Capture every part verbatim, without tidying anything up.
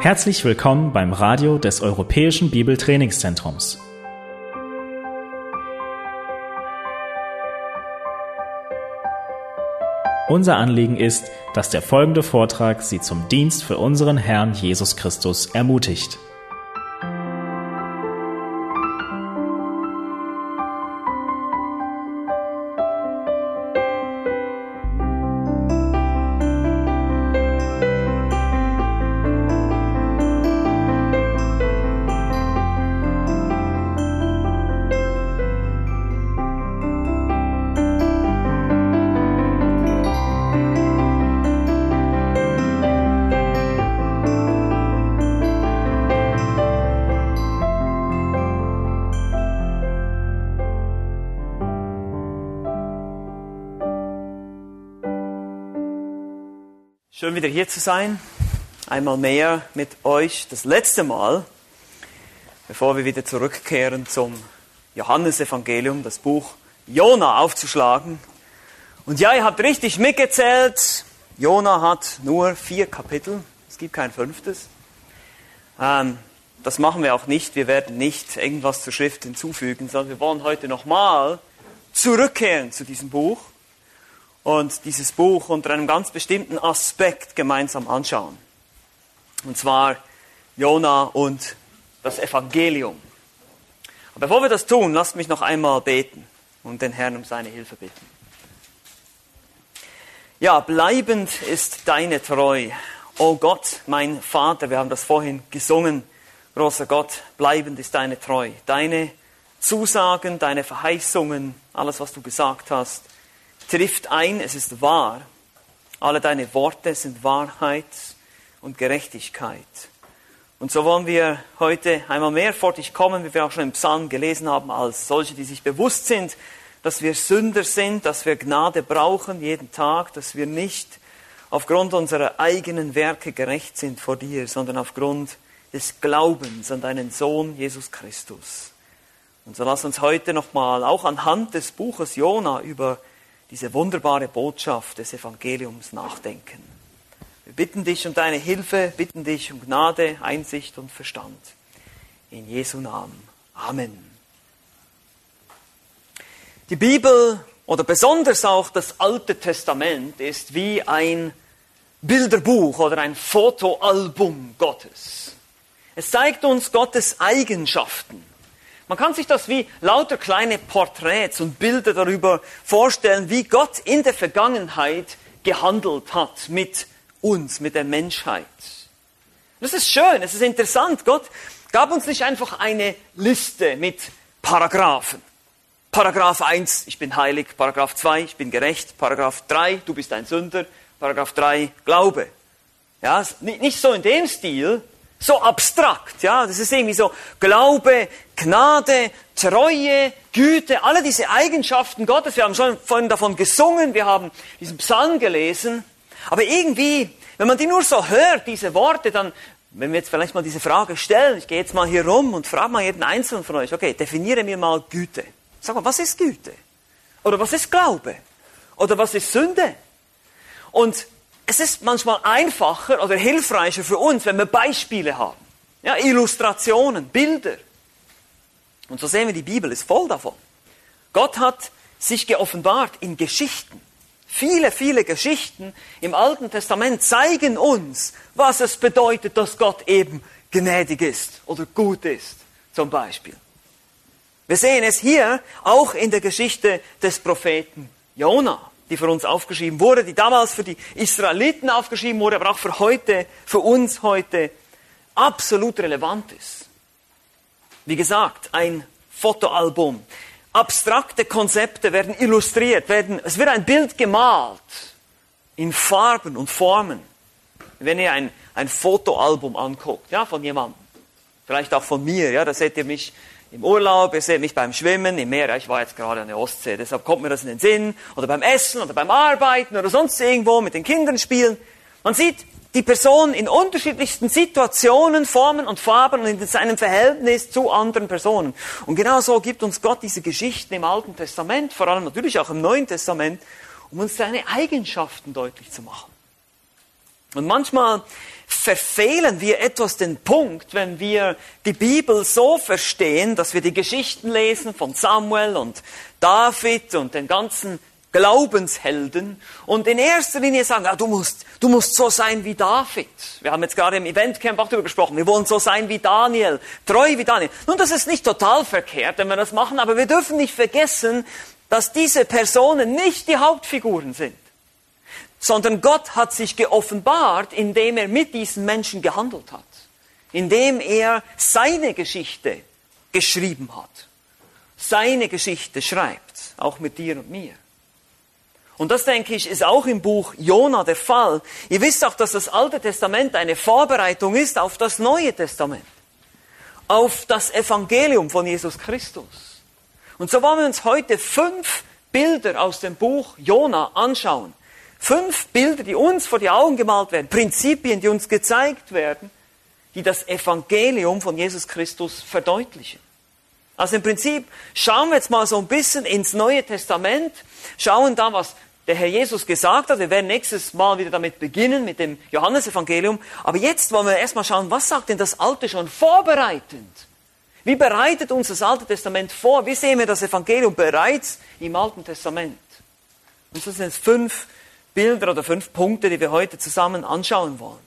Herzlich willkommen beim Radio des Europäischen Bibeltrainingszentrums. Unser Anliegen ist, dass der folgende Vortrag Sie zum Dienst für unseren Herrn Jesus Christus ermutigt. Schön wieder hier zu sein, einmal mehr mit euch, das letzte Mal, bevor wir wieder zurückkehren zum Johannesevangelium, das Buch Jona aufzuschlagen. Und ja, ihr habt richtig mitgezählt, Jona hat nur vier Kapitel, es gibt kein fünftes. Ähm, das machen wir auch nicht, wir werden nicht irgendwas zur Schrift hinzufügen, sondern wir wollen heute nochmal zurückkehren zu diesem Buch. Und dieses Buch unter einem ganz bestimmten Aspekt gemeinsam anschauen. Und zwar Jona und das Evangelium. Aber bevor wir das tun, lasst mich noch einmal beten und den Herrn um seine Hilfe bitten. Ja, bleibend ist deine Treu. O Gott, mein Vater, wir haben das vorhin gesungen. Großer Gott, bleibend ist deine Treu. Deine Zusagen, deine Verheißungen, alles, was du gesagt hast, trifft ein, es ist wahr. Alle deine Worte sind Wahrheit und Gerechtigkeit. Und so wollen wir heute einmal mehr vor dich kommen, wie wir auch schon im Psalm gelesen haben, als solche, die sich bewusst sind, dass wir Sünder sind, dass wir Gnade brauchen jeden Tag, dass wir nicht aufgrund unserer eigenen Werke gerecht sind vor dir, sondern aufgrund des Glaubens an deinen Sohn Jesus Christus. Und so lass uns heute nochmal, auch anhand des Buches Jona, über diese wunderbare Botschaft des Evangeliums nachdenken. Wir bitten dich um deine Hilfe, bitten dich um Gnade, Einsicht und Verstand. In Jesu Namen. Amen. Die Bibel oder besonders auch das Alte Testament ist wie ein Bilderbuch oder ein Fotoalbum Gottes. Es zeigt uns Gottes Eigenschaften. Man kann sich das wie lauter kleine Porträts und Bilder darüber vorstellen, wie Gott in der Vergangenheit gehandelt hat mit uns, mit der Menschheit. Das ist schön, es ist interessant. Gott gab uns nicht einfach eine Liste mit Paragraphen. Paragraph eins, ich bin heilig. Paragraph zwei, ich bin gerecht. Paragraph drei, du bist ein Sünder. Paragraph drei, Glaube. Ja, nicht so in dem Stil, so abstrakt, ja, das ist irgendwie so Glaube, Gnade, Treue, Güte, alle diese Eigenschaften Gottes. Wir haben schon vorhin davon gesungen, wir haben diesen Psalm gelesen, aber irgendwie, wenn man die nur so hört, diese Worte, dann, wenn wir jetzt vielleicht mal diese Frage stellen, ich gehe jetzt mal hier rum und frage mal jeden Einzelnen von euch, okay, definiere mir mal Güte. Sag mal, was ist Güte? Oder was ist Glaube? Oder was ist Sünde? Und es ist manchmal einfacher oder hilfreicher für uns, wenn wir Beispiele haben. Ja, Illustrationen, Bilder. Und so sehen wir, die Bibel ist voll davon. Gott hat sich geoffenbart in Geschichten. Viele, viele Geschichten im Alten Testament zeigen uns, was es bedeutet, dass Gott eben gnädig ist oder gut ist, zum Beispiel. Wir sehen es hier auch in der Geschichte des Propheten Jona, die für uns aufgeschrieben wurde, die damals für die Israeliten aufgeschrieben wurde, aber auch für heute, für uns heute absolut relevant ist. Wie gesagt, ein Fotoalbum. Abstrakte Konzepte werden illustriert, werden, es wird ein Bild gemalt in Farben und Formen. Wenn ihr ein, ein Fotoalbum anguckt, ja, von jemandem, vielleicht auch von mir, ja, da seht ihr mich im Urlaub, ihr seht mich beim Schwimmen im Meer, ich war jetzt gerade an der Ostsee, deshalb kommt mir das in den Sinn, oder beim Essen oder beim Arbeiten oder sonst irgendwo mit den Kindern spielen. Man sieht die Person in unterschiedlichsten Situationen, Formen und Farben und in seinem Verhältnis zu anderen Personen. Und genau so gibt uns Gott diese Geschichten im Alten Testament, vor allem natürlich auch im Neuen Testament, um uns seine Eigenschaften deutlich zu machen. Und manchmal verfehlen wir etwas den Punkt, wenn wir die Bibel so verstehen, dass wir die Geschichten lesen von Samuel und David und den ganzen Glaubenshelden und in erster Linie sagen, ja, du musst, du musst so sein wie David. Wir haben jetzt gerade im Eventcamp auch darüber gesprochen, wir wollen so sein wie Daniel, treu wie Daniel. Nun, das ist nicht total verkehrt, wenn wir das machen, aber wir dürfen nicht vergessen, dass diese Personen nicht die Hauptfiguren sind, sondern Gott hat sich geoffenbart, indem er mit diesen Menschen gehandelt hat, indem er seine Geschichte geschrieben hat, seine Geschichte schreibt, auch mit dir und mir. Und das, denke ich, ist auch im Buch Jona der Fall. Ihr wisst auch, dass das Alte Testament eine Vorbereitung ist auf das Neue Testament, auf das Evangelium von Jesus Christus. Und so wollen wir uns heute fünf Bilder aus dem Buch Jona anschauen. Fünf Bilder, die uns vor die Augen gemalt werden, Prinzipien, die uns gezeigt werden, die das Evangelium von Jesus Christus verdeutlichen. Also im Prinzip schauen wir jetzt mal so ein bisschen ins Neue Testament, schauen da, was der Herr Jesus gesagt hat. Wir werden nächstes Mal wieder damit beginnen, mit dem Johannesevangelium. Aber jetzt wollen wir erstmal schauen, was sagt denn das Alte schon vorbereitend? Wie bereitet uns das Alte Testament vor? Wie sehen wir das Evangelium bereits im Alten Testament? Und das sind jetzt fünf Bilder oder fünf Punkte, die wir heute zusammen anschauen wollen.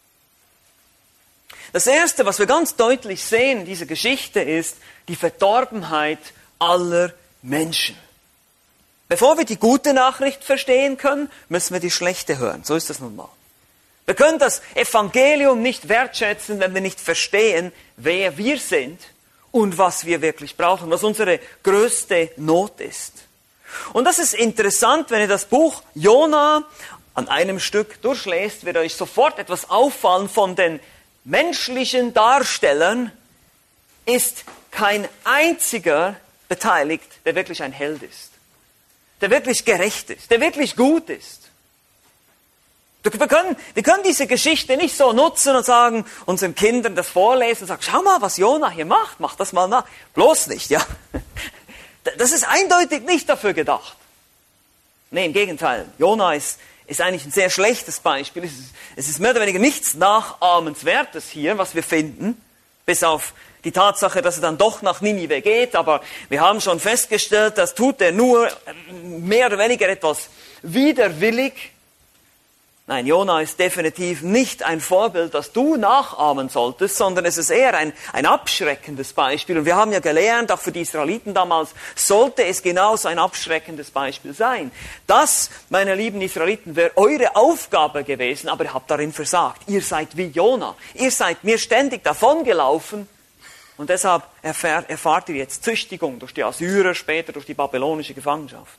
Das Erste, was wir ganz deutlich sehen in dieser Geschichte, ist die Verdorbenheit aller Menschen. Bevor wir die gute Nachricht verstehen können, müssen wir die schlechte hören. So ist das nun mal. Wir können das Evangelium nicht wertschätzen, wenn wir nicht verstehen, wer wir sind und was wir wirklich brauchen, was unsere größte Not ist. Und das ist interessant, wenn ihr das Buch Jona an einem Stück durchlest, wird euch sofort etwas auffallen. Von den menschlichen Darstellern ist kein einziger beteiligt, der wirklich ein Held ist, der wirklich gerecht ist, der wirklich gut ist. Wir können, wir können diese Geschichte nicht so nutzen und sagen, unseren Kindern das vorlesen und sagen, schau mal, was Jona hier macht, mach das mal nach. Bloß nicht, ja. Das ist eindeutig nicht dafür gedacht. Nee, im Gegenteil. Jona ist, ist eigentlich ein sehr schlechtes Beispiel. Es ist, es ist mehr oder weniger nichts Nachahmenswertes hier, was wir finden, bis auf die Tatsache, dass er dann doch nach Ninive geht. Aber wir haben schon festgestellt, das tut er nur mehr oder weniger etwas widerwillig. Nein, Jona ist definitiv nicht ein Vorbild, das du nachahmen solltest, sondern es ist eher ein, ein abschreckendes Beispiel. Und wir haben ja gelernt, auch für die Israeliten damals, sollte es genauso ein abschreckendes Beispiel sein. Das, meine lieben Israeliten, wäre eure Aufgabe gewesen, aber ihr habt darin versagt. Ihr seid wie Jona. Ihr seid mir ständig davongelaufen und deshalb erfahrt, erfahrt ihr jetzt Züchtigung durch die Assyrer, später durch die babylonische Gefangenschaft.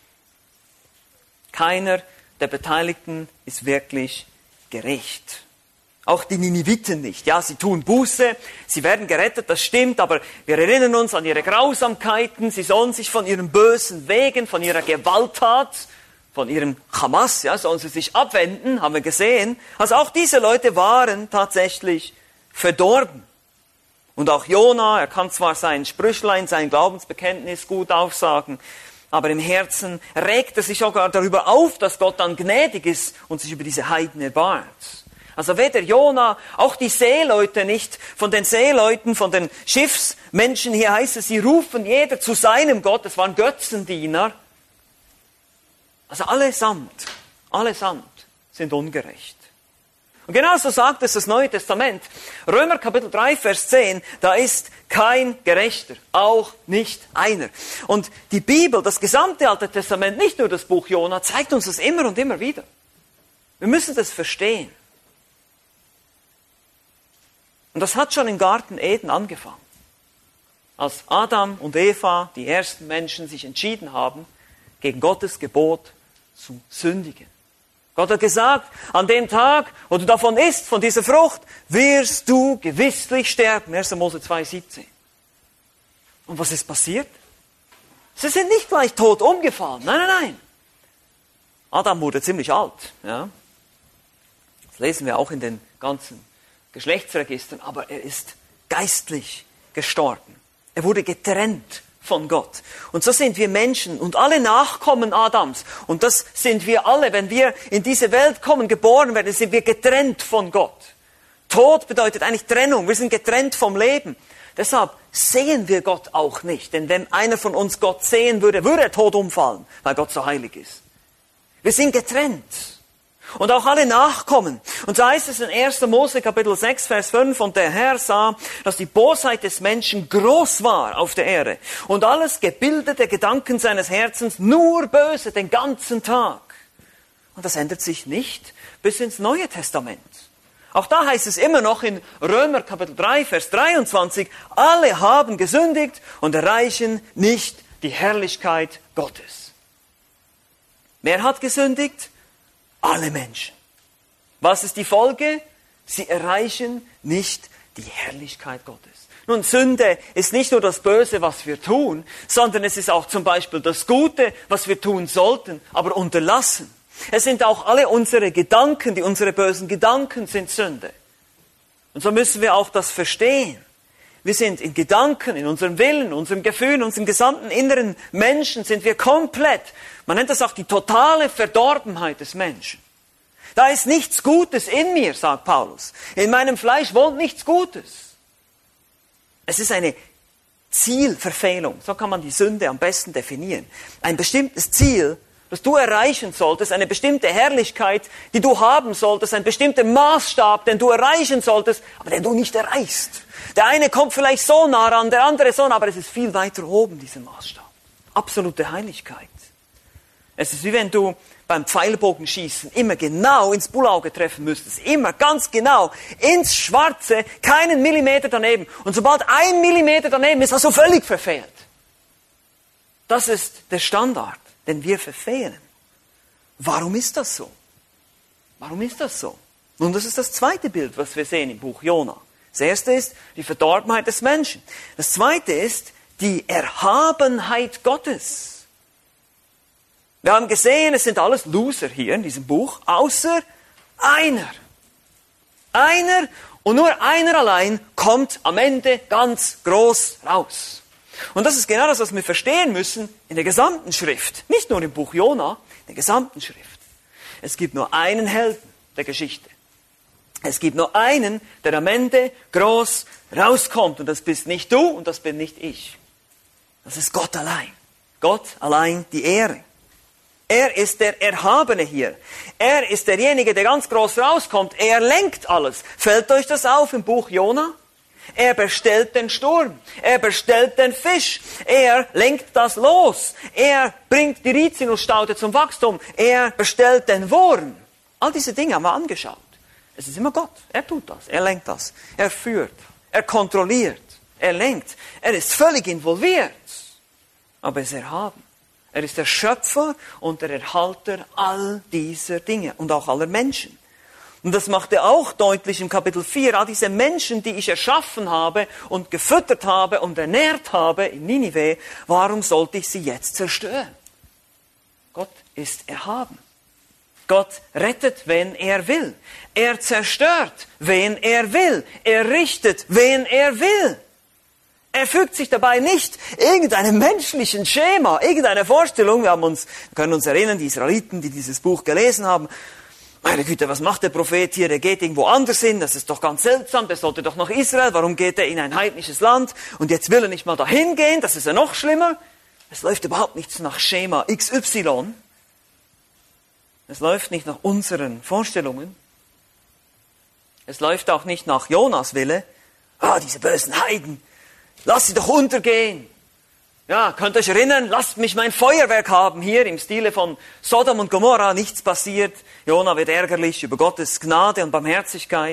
Keiner der Beteiligten ist wirklich gerecht. Auch die Niniviten nicht. Ja, sie tun Buße, sie werden gerettet, das stimmt, aber wir erinnern uns an ihre Grausamkeiten, sie sollen sich von ihren bösen Wegen, von ihrer Gewalttat, von ihrem Hamas, ja, sollen sie sich abwenden, haben wir gesehen. Also auch diese Leute waren tatsächlich verdorben. Und auch Jona, er kann zwar sein Sprüchlein, sein Glaubensbekenntnis gut aufsagen, aber im Herzen regt er sich sogar darüber auf, dass Gott dann gnädig ist und sich über diese Heiden erbarmt. Also weder Jona, auch die Seeleute nicht. Von den Seeleuten, von den Schiffsmenschen hier heißt es, sie rufen jeder zu seinem Gott. Es waren Götzendiener. Also allesamt, allesamt sind ungerecht. Und genauso sagt es das Neue Testament. Römer Kapitel drei, Vers zehn, da ist kein Gerechter, auch nicht einer. Und die Bibel, das gesamte Alte Testament, nicht nur das Buch Jona, zeigt uns das immer und immer wieder. Wir müssen das verstehen. Und das hat schon im Garten Eden angefangen. Als Adam und Eva, die ersten Menschen, sich entschieden haben, gegen Gottes Gebot zu sündigen. Gott hat gesagt, an dem Tag, wo du davon isst, von dieser Frucht, wirst du gewisslich sterben. erster Mose zwei, siebzehn. Und was ist passiert? Sie sind nicht gleich tot umgefallen. Nein, nein, nein. Adam wurde ziemlich alt. Ja. Das lesen wir auch in den ganzen Geschlechtsregistern. Aber er ist geistlich gestorben. Er wurde getrennt von Gott. Und so sind wir Menschen und alle Nachkommen Adams. Und das sind wir alle. Wenn wir in diese Welt kommen, geboren werden, sind wir getrennt von Gott. Tod bedeutet eigentlich Trennung. Wir sind getrennt vom Leben. Deshalb sehen wir Gott auch nicht. Denn wenn einer von uns Gott sehen würde, würde er tot umfallen, weil Gott so heilig ist. Wir sind getrennt. Und auch alle Nachkommen. Und so heißt es in erster Mose Kapitel sechs, Vers fünf, und der Herr sah, dass die Bosheit des Menschen groß war auf der Erde. Und alles gebildete Gedanken seines Herzens nur böse den ganzen Tag. Und das ändert sich nicht bis ins Neue Testament. Auch da heißt es immer noch in Römer Kapitel drei, Vers dreiundzwanzig, alle haben gesündigt und erreichen nicht die Herrlichkeit Gottes. Wer hat gesündigt? Alle Menschen. Was ist die Folge? Sie erreichen nicht die Herrlichkeit Gottes. Nun, Sünde ist nicht nur das Böse, was wir tun, sondern es ist auch zum Beispiel das Gute, was wir tun sollten, aber unterlassen. Es sind auch alle unsere Gedanken, die unsere bösen Gedanken sind Sünde. Und so müssen wir auch das verstehen. Wir sind in Gedanken, in unserem Willen, in unserem Gefühl, in unserem gesamten inneren Menschen sind wir komplett. Man nennt das auch die totale Verdorbenheit des Menschen. Da ist nichts Gutes in mir, sagt Paulus. In meinem Fleisch wohnt nichts Gutes. Es ist eine Zielverfehlung. So kann man die Sünde am besten definieren. Ein bestimmtes Ziel, das du erreichen solltest, eine bestimmte Herrlichkeit, die du haben solltest, ein bestimmter Maßstab, den du erreichen solltest, aber den du nicht erreichst. Der eine kommt vielleicht so nah ran, der andere so nah, aber es ist viel weiter oben, dieser Maßstab. Absolute Heiligkeit. Es ist wie wenn du beim Pfeilbogenschießen immer genau ins Bullauge treffen müsstest. Immer ganz genau ins Schwarze, keinen Millimeter daneben. Und sobald ein Millimeter daneben ist, hast du völlig verfehlt. Das ist der Standard, den wir verfehlen. Warum ist das so? Warum ist das so? Nun, das ist das zweite Bild, was wir sehen im Buch Jona. Das erste ist die Verdorbenheit des Menschen. Das zweite ist die Erhabenheit Gottes. Wir haben gesehen, es sind alles Loser hier in diesem Buch, außer einer. Einer und nur einer allein kommt am Ende ganz groß raus. Und das ist genau das, was wir verstehen müssen in der gesamten Schrift. Nicht nur im Buch Jona, in der gesamten Schrift. Es gibt nur einen Helden der Geschichte. Es gibt nur einen, der am Ende groß rauskommt. Und das bist nicht du und das bin nicht ich. Das ist Gott allein. Gott allein die Ehre. Er ist der Erhabene hier. Er ist derjenige, der ganz groß rauskommt. Er lenkt alles. Fällt euch das auf im Buch Jona? Er bestellt den Sturm. Er bestellt den Fisch. Er lenkt das los. Er bringt die Rizinusstaude zum Wachstum. Er bestellt den Wurm. All diese Dinge haben wir angeschaut. Es ist immer Gott. Er tut das. Er lenkt das. Er führt. Er kontrolliert. Er lenkt. Er ist völlig involviert. Aber er ist erhaben. Er ist der Schöpfer und der Erhalter all dieser Dinge und auch aller Menschen. Und das macht er auch deutlich im Kapitel vier. All diese Menschen, die ich erschaffen habe und gefüttert habe und ernährt habe in Ninive, warum sollte ich sie jetzt zerstören? Gott ist erhaben. Gott rettet, wenn er will. Er zerstört, wen er will. Er richtet, wen er will. Er fügt sich dabei nicht irgendeinem menschlichen Schema, irgendeine Vorstellung. Wir haben uns, wir können uns erinnern, die Israeliten, die dieses Buch gelesen haben. Meine Güte, was macht der Prophet hier? Der geht irgendwo anders hin. Das ist doch ganz seltsam. Der sollte doch nach Israel. Warum geht er in ein heidnisches Land? Und jetzt will er nicht mal dahin gehen. Das ist ja noch schlimmer. Es läuft überhaupt nichts nach Schema X Y. Es läuft nicht nach unseren Vorstellungen. Es läuft auch nicht nach Jonas Wille. Ah, diese bösen Heiden. Lass sie doch untergehen. Ja, könnt ihr euch erinnern, lasst mich mein Feuerwerk haben, hier im Stile von Sodom und Gomorra, nichts passiert. Jona wird ärgerlich über Gottes Gnade und Barmherzigkeit.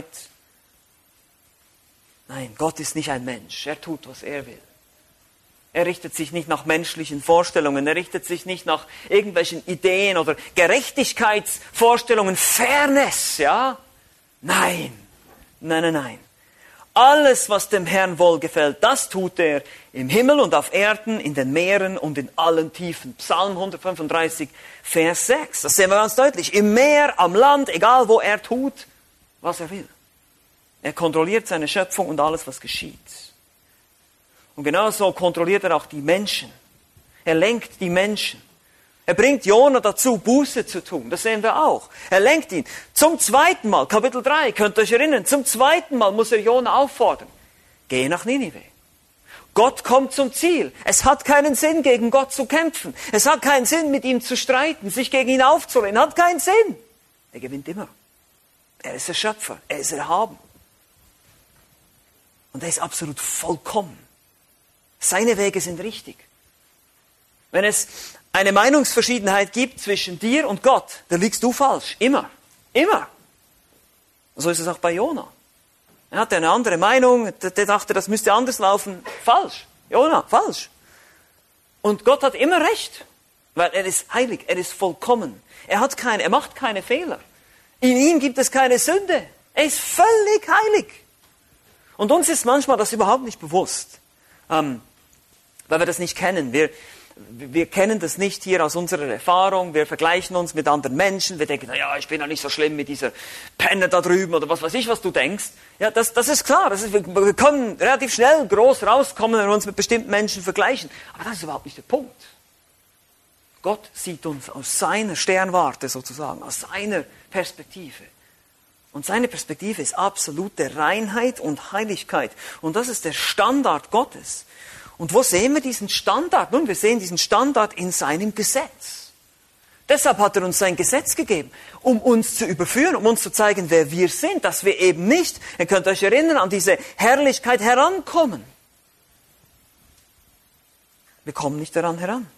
Nein, Gott ist nicht ein Mensch, er tut, was er will. Er richtet sich nicht nach menschlichen Vorstellungen, er richtet sich nicht nach irgendwelchen Ideen oder Gerechtigkeitsvorstellungen, Fairness, ja? Nein, nein, nein, nein. Alles, was dem Herrn wohlgefällt, das tut er im Himmel und auf Erden, in den Meeren und in allen Tiefen. Psalm hundertfünfunddreißig, Vers sechs. Das sehen wir ganz deutlich. Im Meer, am Land, egal wo er tut, was er will. Er kontrolliert seine Schöpfung und alles, was geschieht. Und genauso kontrolliert er auch die Menschen. Er lenkt die Menschen. Er bringt Jona dazu, Buße zu tun. Das sehen wir auch. Er lenkt ihn. Zum zweiten Mal, Kapitel drei, könnt ihr euch erinnern, zum zweiten Mal muss er Jona auffordern. Geh nach Ninive. Gott kommt zum Ziel. Es hat keinen Sinn, gegen Gott zu kämpfen. Es hat keinen Sinn, mit ihm zu streiten, sich gegen ihn aufzulehnen. Hat keinen Sinn. Er gewinnt immer. Er ist der Schöpfer. Er ist erhaben. Und er ist absolut vollkommen. Seine Wege sind richtig. Wenn es eine Meinungsverschiedenheit gibt zwischen dir und Gott, dann liegst du falsch. Immer. Immer. Und so ist es auch bei Jona. Er hatte eine andere Meinung, der dachte, das müsste anders laufen. Falsch. Jona, falsch. Und Gott hat immer recht. Weil er ist heilig, er ist vollkommen. Er hat keine, er macht keine Fehler. In ihm gibt es keine Sünde. Er ist völlig heilig. Und uns ist manchmal das überhaupt nicht bewusst. Ähm, weil wir das nicht kennen. Wir, wir kennen das nicht hier aus unserer Erfahrung. Wir vergleichen uns mit anderen Menschen. Wir denken, naja, ich bin ja nicht so schlimm mit dieser Penne da drüben oder was weiß ich, was du denkst. Ja, das, das ist klar. Das ist, wir, wir können relativ schnell groß rauskommen, wenn wir uns mit bestimmten Menschen vergleichen. Aber das ist überhaupt nicht der Punkt. Gott sieht uns aus seiner Sternwarte sozusagen, aus seiner Perspektive. Und seine Perspektive ist absolute Reinheit und Heiligkeit. Und das ist der Standard Gottes. Und wo sehen wir diesen Standard? Nun, wir sehen diesen Standard in seinem Gesetz. Deshalb hat er uns sein Gesetz gegeben, um uns zu überführen, um uns zu zeigen, wer wir sind, dass wir eben nicht, ihr könnt euch erinnern, an diese Herrlichkeit herankommen. Wir kommen nicht daran heran.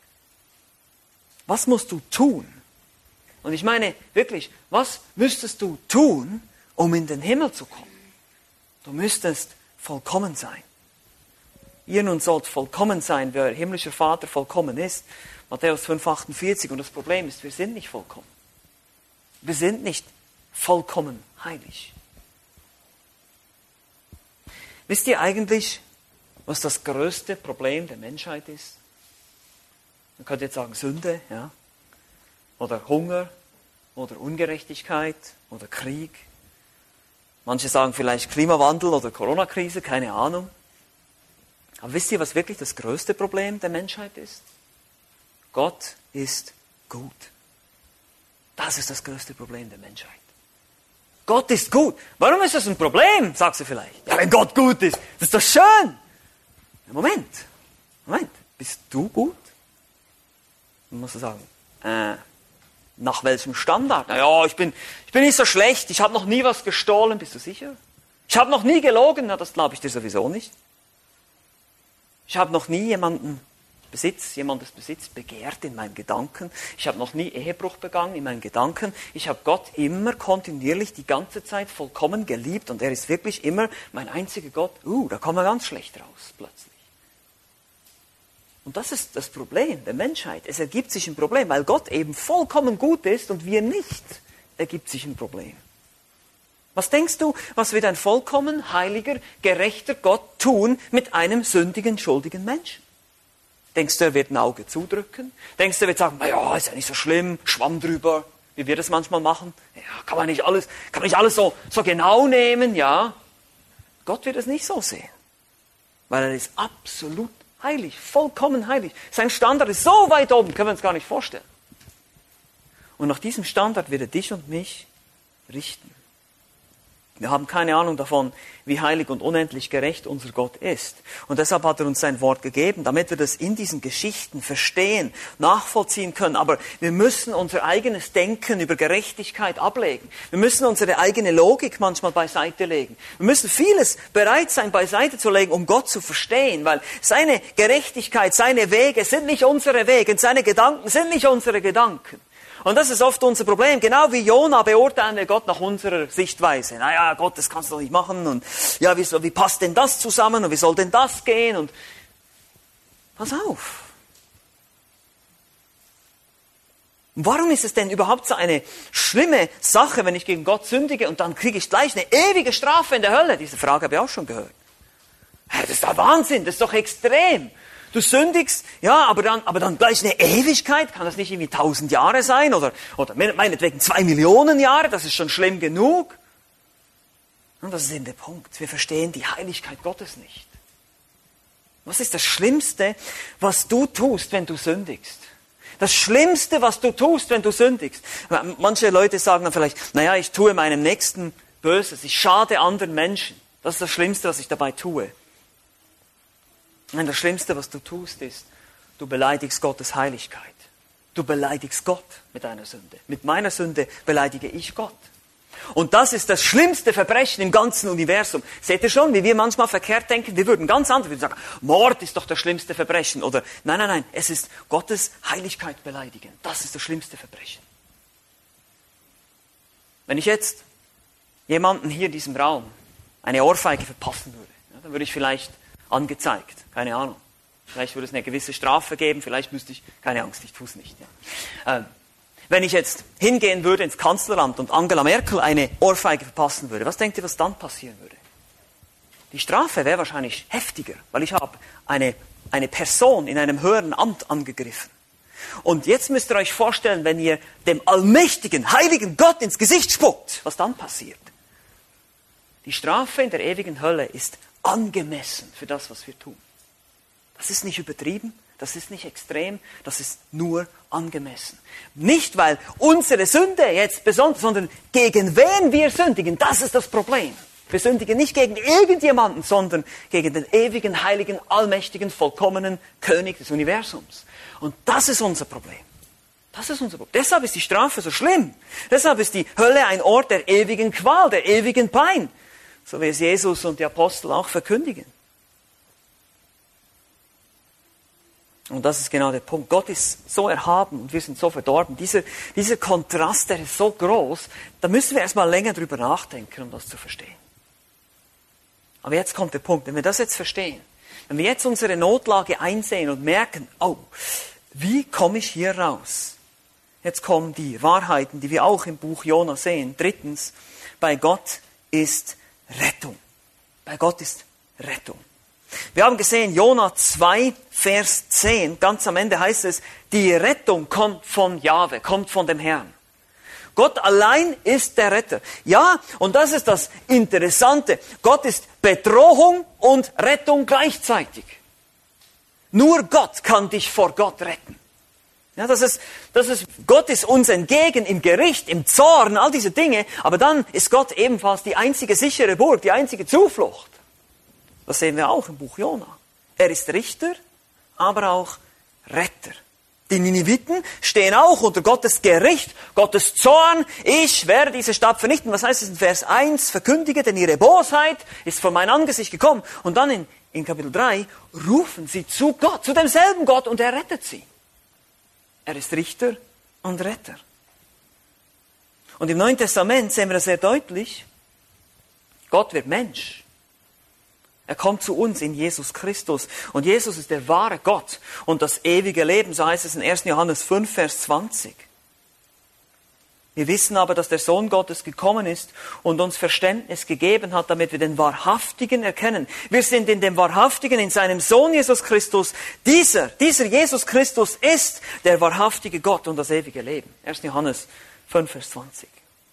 Was musst du tun? Und ich meine wirklich, was müsstest du tun, um in den Himmel zu kommen? Du müsstest vollkommen sein. Ihr nun sollt vollkommen sein, wie euer himmlischer Vater vollkommen ist. Matthäus fünf, achtundvierzig. Und das Problem ist, wir sind nicht vollkommen. Wir sind nicht vollkommen heilig. Wisst ihr eigentlich, was das größte Problem der Menschheit ist? Man könnte jetzt sagen Sünde, ja, oder Hunger, oder Ungerechtigkeit, oder Krieg. Manche sagen vielleicht Klimawandel oder Corona-Krise, keine Ahnung. Aber wisst ihr, was wirklich das größte Problem der Menschheit ist? Gott ist gut. Das ist das größte Problem der Menschheit. Gott ist gut. Warum ist das ein Problem, sagst du vielleicht? Ja, wenn Gott gut ist, das ist doch schön. Moment, Moment, bist du gut? Dann musst du sagen, äh, nach welchem Standard? Naja, ich bin, ich bin nicht so schlecht, ich habe noch nie was gestohlen, bist du sicher? Ich habe noch nie gelogen, na, das glaube ich dir sowieso nicht. Ich habe noch nie jemanden Besitz, jemandes Besitz begehrt in meinen Gedanken. Ich habe noch nie Ehebruch begangen in meinen Gedanken. Ich habe Gott immer kontinuierlich die ganze Zeit vollkommen geliebt und er ist wirklich immer mein einziger Gott. Uh, da kommen wir ganz schlecht raus plötzlich. Und das ist das Problem der Menschheit. Es ergibt sich ein Problem, weil Gott eben vollkommen gut ist und wir nicht, ergibt sich ein Problem. Was denkst du, was wird ein vollkommen heiliger, gerechter Gott tun mit einem sündigen, schuldigen Menschen? Denkst du, er wird ein Auge zudrücken? Denkst du, er wird sagen, naja, ist ja nicht so schlimm, Schwamm drüber, wie wir das manchmal machen? Ja, kann man nicht alles, kann man nicht alles so, so genau nehmen, ja? Gott wird es nicht so sehen. Weil er ist absolut heilig, vollkommen heilig. Sein Standard ist so weit oben, können wir uns gar nicht vorstellen. Und nach diesem Standard wird er dich und mich richten. Wir haben keine Ahnung davon, wie heilig und unendlich gerecht unser Gott ist. Und deshalb hat er uns sein Wort gegeben, damit wir das in diesen Geschichten verstehen, nachvollziehen können. Aber wir müssen unser eigenes Denken über Gerechtigkeit ablegen. Wir müssen unsere eigene Logik manchmal beiseite legen. Wir müssen vieles bereit sein, beiseite zu legen, um Gott zu verstehen. Weil seine Gerechtigkeit, seine Wege sind nicht unsere Wege und seine Gedanken sind nicht unsere Gedanken. Und das ist oft unser Problem. Genau wie Jona beurteilen wir Gott nach unserer Sichtweise. Naja, Gott, das kannst du doch nicht machen. Und ja, wie, wie passt denn das zusammen? Und wie soll denn das gehen? Und pass auf. Und warum ist es denn überhaupt so eine schlimme Sache, wenn ich gegen Gott sündige und dann kriege ich gleich eine ewige Strafe in der Hölle? Diese Frage habe ich auch schon gehört. Das ist doch Wahnsinn, das ist doch extrem. Du sündigst, ja, aber dann, aber dann gleich eine Ewigkeit, kann das nicht irgendwie tausend Jahre sein oder, oder meinetwegen zwei Millionen Jahre, das ist schon schlimm genug. Und das ist eben der Punkt. Wir verstehen die Heiligkeit Gottes nicht. Was ist das Schlimmste, was du tust, wenn du sündigst? Das Schlimmste, was du tust, wenn du sündigst. Manche Leute sagen dann vielleicht, naja, ich tue meinem Nächsten Böses, ich schade anderen Menschen. Das ist das Schlimmste, was ich dabei tue. Nein, das Schlimmste, was du tust, ist, du beleidigst Gottes Heiligkeit. Du beleidigst Gott mit deiner Sünde. Mit meiner Sünde beleidige ich Gott. Und das ist das schlimmste Verbrechen im ganzen Universum. Seht ihr schon, wie wir manchmal verkehrt denken? Wir würden ganz anders, wir würden sagen, Mord ist doch das schlimmste Verbrechen. Oder, nein, nein, nein, es ist Gottes Heiligkeit beleidigen. Das ist das schlimmste Verbrechen. Wenn ich jetzt jemanden hier in diesem Raum eine Ohrfeige verpassen würde, ja, dann würde ich vielleicht angezeigt. Keine Ahnung. Vielleicht würde es eine gewisse Strafe geben, vielleicht müsste ich, keine Angst, ich tue es nicht. Ja. Ähm, wenn ich jetzt hingehen würde ins Kanzleramt und Angela Merkel eine Ohrfeige verpassen würde, was denkt ihr, was dann passieren würde? Die Strafe wäre wahrscheinlich heftiger, weil ich habe eine, eine Person in einem höheren Amt angegriffen. Und jetzt müsst ihr euch vorstellen, wenn ihr dem allmächtigen, heiligen Gott ins Gesicht spuckt, was dann passiert. Die Strafe in der ewigen Hölle ist angemessen für das, was wir tun. Das ist nicht übertrieben, das ist nicht extrem, das ist nur angemessen. Nicht, weil unsere Sünde jetzt besonders, sondern gegen wen wir sündigen, das ist das Problem. Wir sündigen nicht gegen irgendjemanden, sondern gegen den ewigen, heiligen, allmächtigen, vollkommenen König des Universums. Und das ist unser Problem. Das ist unser Problem. Deshalb ist die Strafe so schlimm. Deshalb ist die Hölle ein Ort der ewigen Qual, der ewigen Pein. So wie es Jesus und die Apostel auch verkündigen. Und das ist genau der Punkt. Gott ist so erhaben und wir sind so verdorben. Dieser, dieser Kontrast, der ist so groß, da müssen wir erstmal länger drüber nachdenken, um das zu verstehen. Aber jetzt kommt der Punkt, wenn wir das jetzt verstehen, wenn wir jetzt unsere Notlage einsehen und merken, oh, wie komme ich hier raus? Jetzt kommen die Wahrheiten, die wir auch im Buch Jona sehen. Drittens, bei Gott ist Rettung. Bei Gott ist Rettung. Wir haben gesehen, Jona zwei, Vers zehn, ganz am Ende heißt es, die Rettung kommt von Jahwe, kommt von dem Herrn. Gott allein ist der Retter. Ja, und das ist das Interessante. Gott ist Bedrohung und Rettung gleichzeitig. Nur Gott kann dich vor Gott retten. Ja, das ist, das ist, Gott ist uns entgegen im Gericht, im Zorn, all diese Dinge. Aber dann ist Gott ebenfalls die einzige sichere Burg, die einzige Zuflucht. Das sehen wir auch im Buch Jona. Er ist Richter, aber auch Retter. Die Niniviten stehen auch unter Gottes Gericht, Gottes Zorn. Ich werde diese Stadt vernichten. Was heißt es in Vers eins? Verkündige, denn ihre Bosheit ist vor mein Angesicht gekommen. Und dann in, in Kapitel drei rufen sie zu Gott, zu demselben Gott, und er rettet sie. Er ist Richter und Retter. Und im Neuen Testament sehen wir das sehr deutlich. Gott wird Mensch. Er kommt zu uns in Jesus Christus. Und Jesus ist der wahre Gott und das ewige Leben. So heißt es in erster Johannes fünf, Vers zwanzig. Wir wissen aber, dass der Sohn Gottes gekommen ist und uns Verständnis gegeben hat, damit wir den Wahrhaftigen erkennen. Wir sind in dem Wahrhaftigen, in seinem Sohn Jesus Christus. Dieser, dieser Jesus Christus ist der wahrhaftige Gott und das ewige Leben. erster Johannes fünf, Vers zwanzig.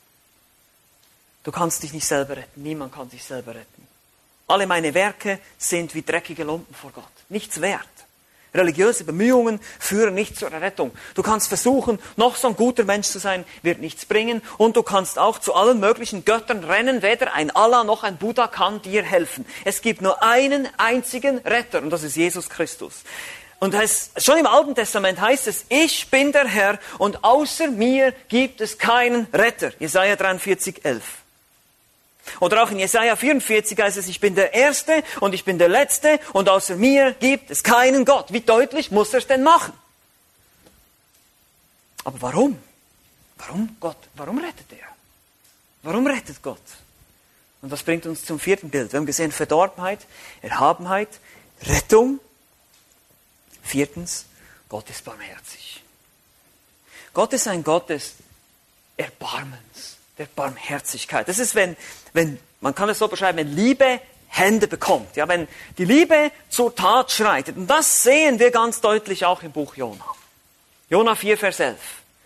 Du kannst dich nicht selber retten. Niemand kann sich selber retten. Alle meine Werke sind wie dreckige Lumpen vor Gott. Nichts wert. Religiöse Bemühungen führen nicht zur Errettung. Du kannst versuchen, noch so ein guter Mensch zu sein, wird nichts bringen. Und du kannst auch zu allen möglichen Göttern rennen. Weder ein Allah noch ein Buddha kann dir helfen. Es gibt nur einen einzigen Retter und das ist Jesus Christus. Und es, schon im Alten Testament heißt es, ich bin der Herr und außer mir gibt es keinen Retter. Jesaja dreiundvierzig, elf. Oder auch in Jesaja vierundvierzig heißt es, ich bin der Erste und ich bin der Letzte und außer mir gibt es keinen Gott. Wie deutlich muss er es denn machen? Aber warum? Warum Gott? Warum rettet er? Warum rettet Gott? Und das bringt uns zum vierten Bild. Wir haben gesehen, Verdorbenheit, Erhabenheit, Rettung. Viertens, Gott ist barmherzig. Gott ist ein Gott des Erbarmens, der Barmherzigkeit. Das ist, wenn, wenn, man kann es so beschreiben, wenn Liebe Hände bekommt. Ja, wenn die Liebe zur Tat schreitet. Und das sehen wir ganz deutlich auch im Buch Jona. Jona vier, Vers elf.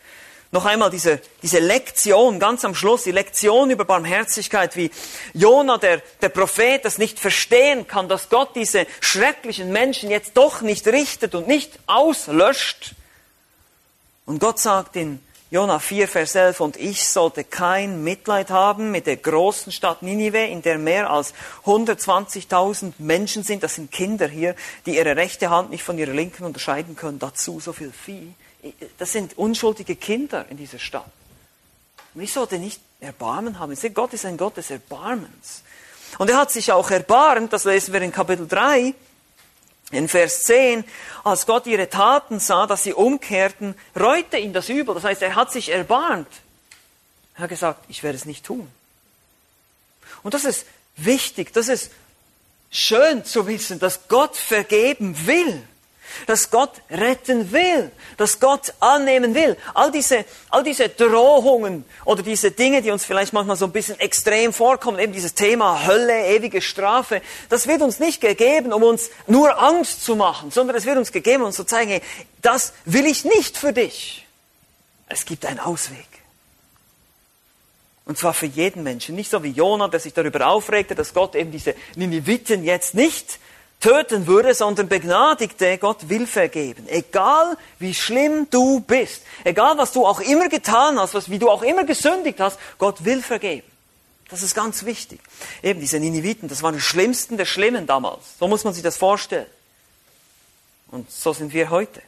Noch einmal diese, diese Lektion, ganz am Schluss, die Lektion über Barmherzigkeit, wie Jona, der, der Prophet, das nicht verstehen kann, dass Gott diese schrecklichen Menschen jetzt doch nicht richtet und nicht auslöscht. Und Gott sagt in Jona vier, Vers elf, und ich sollte kein Mitleid haben mit der großen Stadt Ninive, in der mehr als hundertzwanzigtausend Menschen sind, das sind Kinder hier, die ihre rechte Hand nicht von ihrer linken unterscheiden können, dazu so viel Vieh. Das sind unschuldige Kinder in dieser Stadt. Und ich sollte nicht Erbarmen haben. Gott ist ein Gott des Erbarmens. Und er hat sich auch erbarmt, das lesen wir in Kapitel drei, in Vers zehn, als Gott ihre Taten sah, dass sie umkehrten, reute ihn das Übel. Das heißt, er hat sich erbarmt. Er hat gesagt, ich werde es nicht tun. Und das ist wichtig, das ist schön zu wissen, dass Gott vergeben will. Dass Gott retten will, dass Gott annehmen will. All diese, all diese Drohungen oder diese Dinge, die uns vielleicht manchmal so ein bisschen extrem vorkommen, eben dieses Thema Hölle, ewige Strafe, das wird uns nicht gegeben, um uns nur Angst zu machen, sondern es wird uns gegeben, um uns zu zeigen, hey, das will ich nicht für dich. Es gibt einen Ausweg. Und zwar für jeden Menschen. Nicht so wie Jona, der sich darüber aufregte, dass Gott eben diese Niniviten jetzt nicht töten würde, sondern begnadigte, Gott will vergeben. Egal wie schlimm du bist, egal was du auch immer getan hast, was, wie du auch immer gesündigt hast, Gott will vergeben. Das ist ganz wichtig. Eben diese Niniviten, das waren die Schlimmsten der Schlimmen damals. So muss man sich das vorstellen. Und so sind wir heute.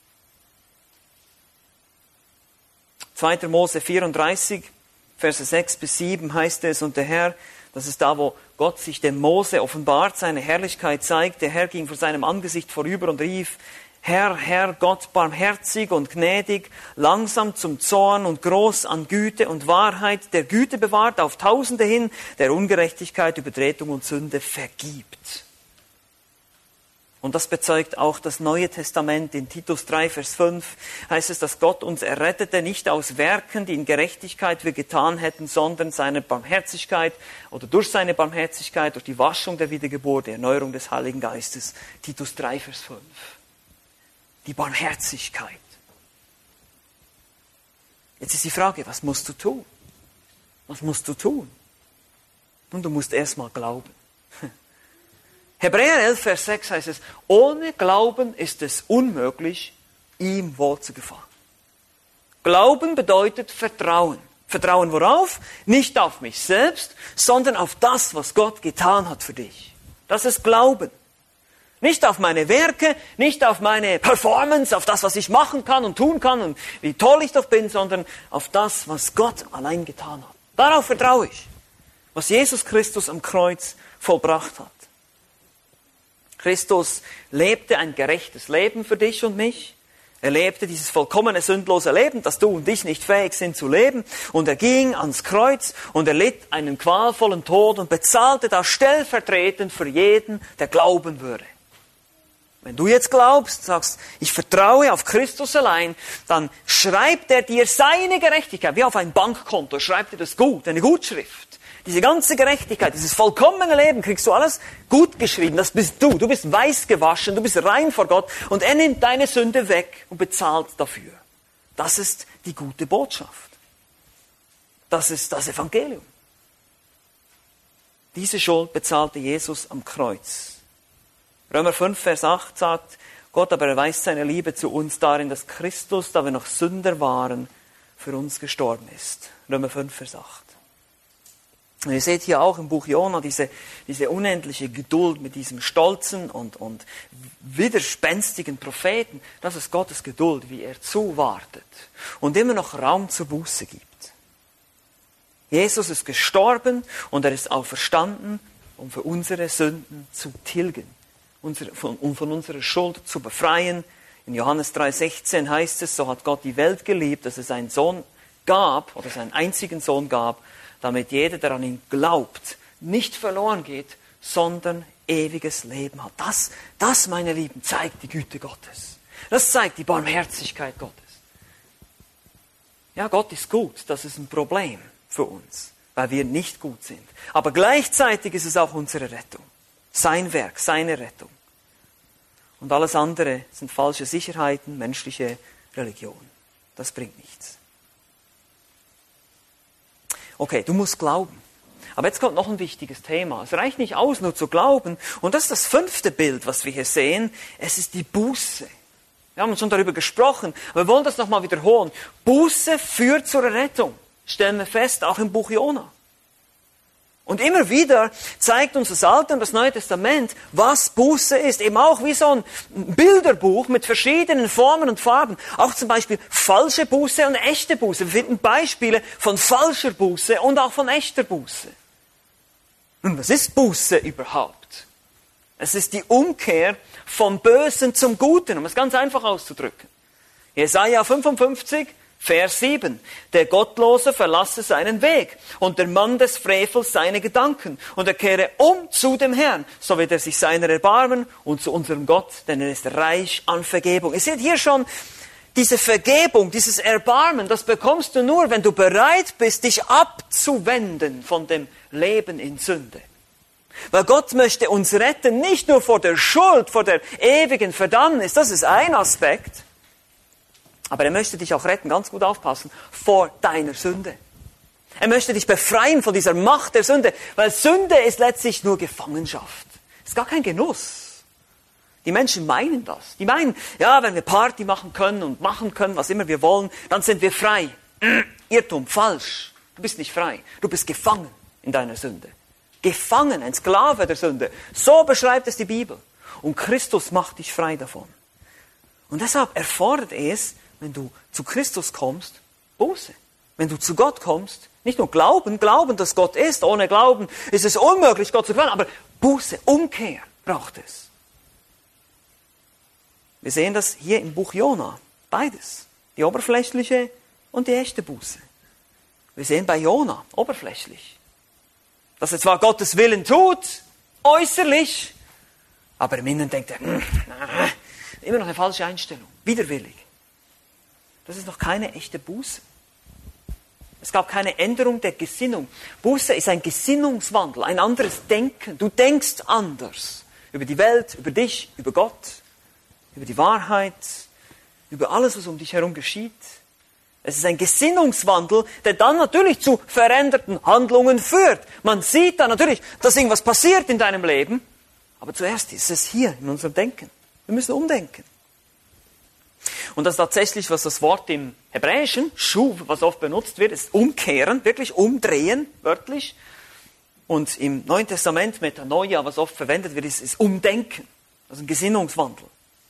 zweiter Mose vierunddreißig, Verse sechs bis sieben heißt es, und der Herr, das ist da, wo Gott sich dem Mose offenbart, seine Herrlichkeit zeigt. Der Herr ging vor seinem Angesicht vorüber und rief, Herr, Herr, Gott, barmherzig und gnädig, langsam zum Zorn und groß an Güte und Wahrheit, der Güte bewahrt auf Tausende hin, der Ungerechtigkeit, Übertretung und Sünde vergibt. Und das bezeugt auch das Neue Testament. In Titus drei, Vers fünf heißt es, dass Gott uns errettete, nicht aus Werken, die in Gerechtigkeit wir getan hätten, sondern seiner Barmherzigkeit oder durch seine Barmherzigkeit, durch die Waschung der Wiedergeburt, der Erneuerung des Heiligen Geistes. Titus drei, Vers fünf. Die Barmherzigkeit. Jetzt ist die Frage, was musst du tun? Was musst du tun? Und du musst erstmal glauben. Hebräer elf, Vers sechs heißt es, ohne Glauben ist es unmöglich, ihm wohl zu gefallen. Glauben bedeutet Vertrauen. Vertrauen worauf? Nicht auf mich selbst, sondern auf das, was Gott getan hat für dich. Das ist Glauben. Nicht auf meine Werke, nicht auf meine Performance, auf das, was ich machen kann und tun kann und wie toll ich doch bin, sondern auf das, was Gott allein getan hat. Darauf vertraue ich, was Jesus Christus am Kreuz vollbracht hat. Christus lebte ein gerechtes Leben für dich und mich. Er lebte dieses vollkommene, sündlose Leben, das du und ich nicht fähig sind zu leben. Und er ging ans Kreuz und er litt einen qualvollen Tod und bezahlte das stellvertretend für jeden, der glauben würde. Wenn du jetzt glaubst, sagst, ich vertraue auf Christus allein, dann schreibt er dir seine Gerechtigkeit, wie auf ein Bankkonto, schreibt er das gut, eine Gutschrift. Diese ganze Gerechtigkeit, dieses vollkommene Leben, kriegst du alles gut geschrieben. Das bist du. Du bist weiß gewaschen, du bist rein vor Gott und er nimmt deine Sünde weg und bezahlt dafür. Das ist die gute Botschaft. Das ist das Evangelium. Diese Schuld bezahlte Jesus am Kreuz. Römer fünf, Vers acht sagt, Gott aber erweist seine Liebe zu uns darin, dass Christus, da wir noch Sünder waren, für uns gestorben ist. Römer fünf, Vers acht. Und ihr seht hier auch im Buch Jona diese, diese unendliche Geduld mit diesem stolzen und, und widerspenstigen Propheten. Das ist Gottes Geduld, wie er zuwartet und immer noch Raum zur Buße gibt. Jesus ist gestorben und er ist auferstanden, um für unsere Sünden zu tilgen, um von unserer Schuld zu befreien. In Johannes drei, sechzehn heißt es, so hat Gott die Welt geliebt, dass es seinen Sohn gab, oder seinen einzigen Sohn gab, damit jeder, der an ihn glaubt, nicht verloren geht, sondern ewiges Leben hat. Das, das, meine Lieben, zeigt die Güte Gottes. Das zeigt die Barmherzigkeit Gottes. Ja, Gott ist gut, das ist ein Problem für uns, weil wir nicht gut sind. Aber gleichzeitig ist es auch unsere Rettung. Sein Werk, seine Rettung. Und alles andere sind falsche Sicherheiten, menschliche Religion. Das bringt nichts. Okay, du musst glauben. Aber jetzt kommt noch ein wichtiges Thema. Es reicht nicht aus, nur zu glauben. Und das ist das fünfte Bild, was wir hier sehen. Es ist die Buße. Wir haben schon darüber gesprochen, aber wir wollen das nochmal wiederholen. Buße führt zur Rettung. Stellen wir fest, auch im Buch Jona. Und immer wieder zeigt uns das Alte und das Neue Testament, was Buße ist. Eben auch wie so ein Bilderbuch mit verschiedenen Formen und Farben. Auch zum Beispiel falsche Buße und echte Buße. Wir finden Beispiele von falscher Buße und auch von echter Buße. Nun, was ist Buße überhaupt? Es ist die Umkehr vom Bösen zum Guten, um es ganz einfach auszudrücken. Jesaja fünfundfünfzig, Vers sieben. Der Gottlose verlasse seinen Weg und der Mann des Frevels seine Gedanken und er kehre um zu dem Herrn, so wird er sich seiner erbarmen und zu unserem Gott, denn er ist reich an Vergebung. Ihr seht hier schon, diese Vergebung, dieses Erbarmen, das bekommst du nur, wenn du bereit bist, dich abzuwenden von dem Leben in Sünde. Weil Gott möchte uns retten, nicht nur vor der Schuld, vor der ewigen Verdammnis, das ist ein Aspekt, aber er möchte dich auch retten, ganz gut aufpassen, vor deiner Sünde. Er möchte dich befreien von dieser Macht der Sünde, weil Sünde ist letztlich nur Gefangenschaft. Es ist gar kein Genuss. Die Menschen meinen das. Die meinen, ja, wenn wir Party machen können und machen können, was immer wir wollen, dann sind wir frei. Irrtum, falsch. Du bist nicht frei. Du bist gefangen in deiner Sünde. Gefangen, ein Sklave der Sünde. So beschreibt es die Bibel. Und Christus macht dich frei davon. Und deshalb erfordert es, wenn du zu Christus kommst, Buße. Wenn du zu Gott kommst, nicht nur Glauben, Glauben, dass Gott ist. Ohne Glauben ist es unmöglich, Gott zu gefallen. Aber Buße, Umkehr braucht es. Wir sehen das hier im Buch Jona. Beides. Die oberflächliche und die echte Buße. Wir sehen bei Jona, oberflächlich, dass er zwar Gottes Willen tut, äußerlich, aber im Inneren denkt er, na, immer noch eine falsche Einstellung, widerwillig. Das ist noch keine echte Buße. Es gab keine Änderung der Gesinnung. Buße ist ein Gesinnungswandel, ein anderes Denken. Du denkst anders über die Welt, über dich, über Gott, über die Wahrheit, über alles, was um dich herum geschieht. Es ist ein Gesinnungswandel, der dann natürlich zu veränderten Handlungen führt. Man sieht dann natürlich, dass irgendwas passiert in deinem Leben, aber zuerst ist es hier in unserem Denken. Wir müssen umdenken. Und das ist tatsächlich, was das Wort im Hebräischen, Shuv, was oft benutzt wird, ist umkehren, wirklich umdrehen, wörtlich. Und im Neuen Testament, Metanoia, was oft verwendet wird, ist, ist umdenken. Also ein Gesinnungswandel.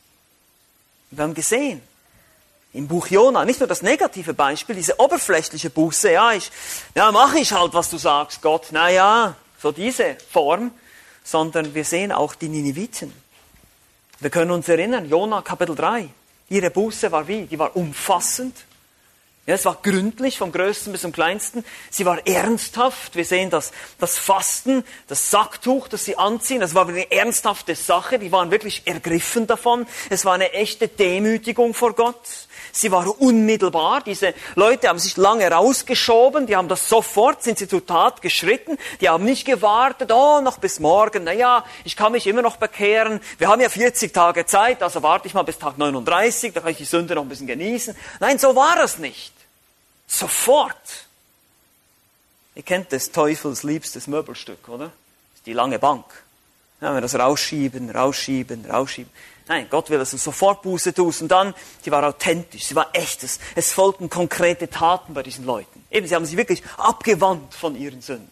Wir haben gesehen, im Buch Jona, nicht nur das negative Beispiel, diese oberflächliche Buße, ja, ich, ja, mache ich halt, was du sagst, Gott, na ja, so diese Form, sondern wir sehen auch die Nineviten. Wir können uns erinnern, Jona Kapitel drei, ihre Buße war wie? Die war umfassend. Ja, es war gründlich, vom Größten bis zum Kleinsten. Sie war ernsthaft. Wir sehen das, das Fasten, das Sacktuch, das sie anziehen. Das war eine ernsthafte Sache. Die waren wirklich ergriffen davon. Es war eine echte Demütigung vor Gott. Sie war unmittelbar. Diese Leute haben sich lange rausgeschoben. Die haben das sofort, sind sie zur Tat geschritten. Die haben nicht gewartet, oh, noch bis morgen. Naja, ich kann mich immer noch bekehren. Wir haben ja vierzig Tage Zeit, also warte ich mal bis Tag neununddreißig. Da kann ich die Sünde noch ein bisschen genießen. Nein, so war es nicht. Sofort. Ihr kennt des Teufels liebstes Möbelstück, oder? Das ist die lange Bank. Ja, wenn wir das rausschieben, rausschieben, rausschieben. Nein, Gott will, dass du sofort Buße tust. Und dann, die war authentisch, sie war echtes. Es folgten konkrete Taten bei diesen Leuten. Eben, sie haben sich wirklich abgewandt von ihren Sünden.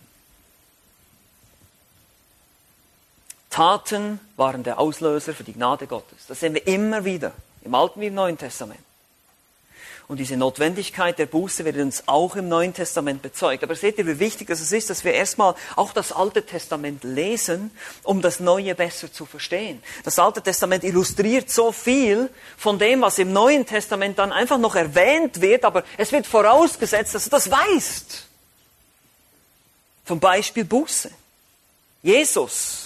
Taten waren der Auslöser für die Gnade Gottes. Das sehen wir immer wieder, im Alten wie im Neuen Testament. Und diese Notwendigkeit der Buße wird uns auch im Neuen Testament bezeugt. Aber seht ihr, wie wichtig es ist, dass wir erstmal auch das Alte Testament lesen, um das Neue besser zu verstehen. Das Alte Testament illustriert so viel von dem, was im Neuen Testament dann einfach noch erwähnt wird, aber es wird vorausgesetzt, dass du das weißt. Zum Beispiel Buße. Jesus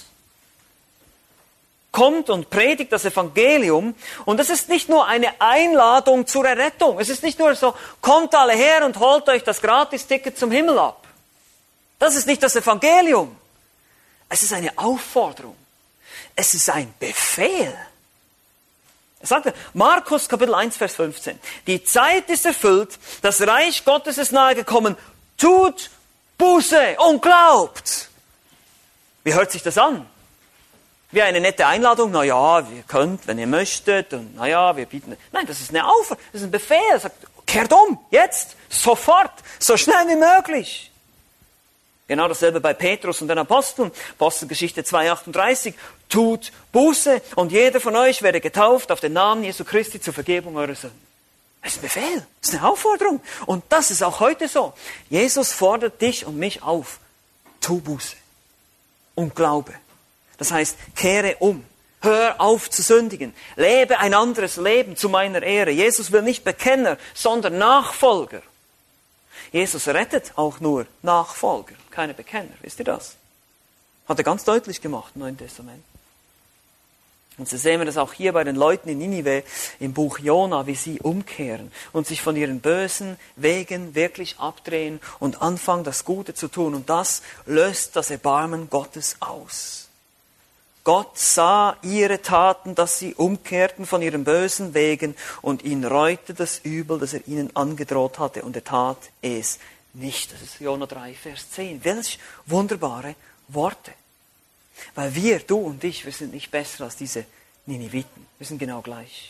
kommt und predigt das Evangelium und es ist nicht nur eine Einladung zur Errettung. Es ist nicht nur so, kommt alle her und holt euch das Gratisticket zum Himmel ab. Das ist nicht das Evangelium. Es ist eine Aufforderung. Es ist ein Befehl. Er sagte, Markus Kapitel eins, Vers fünfzehn, die Zeit ist erfüllt, das Reich Gottes ist nahe gekommen, tut Buße und glaubt. Wie hört sich das an? Wie eine nette Einladung, na ja, ihr könnt, wenn ihr möchtet, und na ja, wir bieten. Nein, das ist eine Aufforderung, das ist ein Befehl. Er sagt, kehrt um, jetzt, sofort, so schnell wie möglich. Genau dasselbe bei Petrus und den Aposteln. Apostelgeschichte zwei achtunddreißig. Tut Buße und jeder von euch werde getauft auf den Namen Jesu Christi zur Vergebung eurer Sünden. Das ist ein Befehl, das ist eine Aufforderung. Und das ist auch heute so. Jesus fordert dich und mich auf. Tu Buße und glaube. Das heißt, kehre um. Hör auf zu sündigen. Lebe ein anderes Leben zu meiner Ehre. Jesus will nicht Bekenner, sondern Nachfolger. Jesus rettet auch nur Nachfolger, keine Bekenner. Wisst ihr das? Hat er ganz deutlich gemacht im Neuen Testament. Und so sehen wir das auch hier bei den Leuten in Ninive im Buch Jona, wie sie umkehren und sich von ihren bösen Wegen wirklich abdrehen und anfangen, das Gute zu tun. Und das löst das Erbarmen Gottes aus. Gott sah ihre Taten, dass sie umkehrten von ihren bösen Wegen und ihn reute das Übel, das er ihnen angedroht hatte, und er tat es nicht. Das ist Jona drei, Vers zehn. Welch wunderbare Worte. Weil wir, du und ich, wir sind nicht besser als diese Niniviten. Wir sind genau gleich.